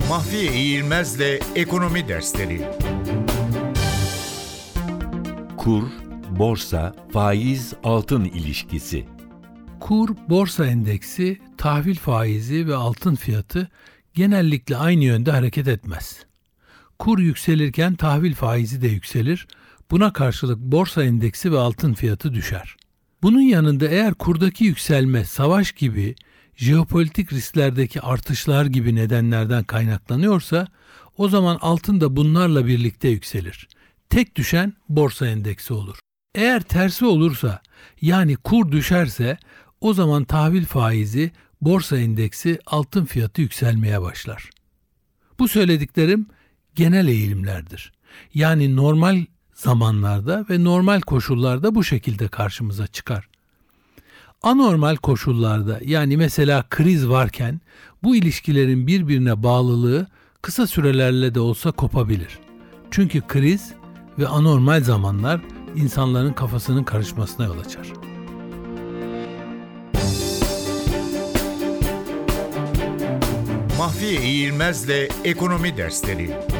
Mahfiye İğilmez'le Ekonomi Dersleri. Kur, borsa, faiz, altın ilişkisi. Kur, borsa endeksi, tahvil faizi ve altın fiyatı genellikle aynı yönde hareket etmez. Kur yükselirken tahvil faizi de yükselir, buna karşılık borsa endeksi ve altın fiyatı düşer. Bunun yanında eğer kurdaki yükselme savaş gibi, jeopolitik risklerdeki artışlar gibi nedenlerden kaynaklanıyorsa, o zaman altın da bunlarla birlikte yükselir. Tek düşen borsa endeksi olur. Eğer tersi olursa, yani kur düşerse, o zaman tahvil faizi, borsa endeksi, altın fiyatı yükselmeye başlar. Bu söylediklerim genel eğilimlerdir. Yani normal zamanlarda ve normal koşullarda bu şekilde karşımıza çıkar. Anormal koşullarda, yani mesela kriz varken, bu ilişkilerin birbirine bağlılığı kısa sürelerle de olsa kopabilir. Çünkü kriz ve anormal zamanlar insanların kafasının karışmasına yol açar. Mahfiye İğilmez'le Ekonomi Dersleri.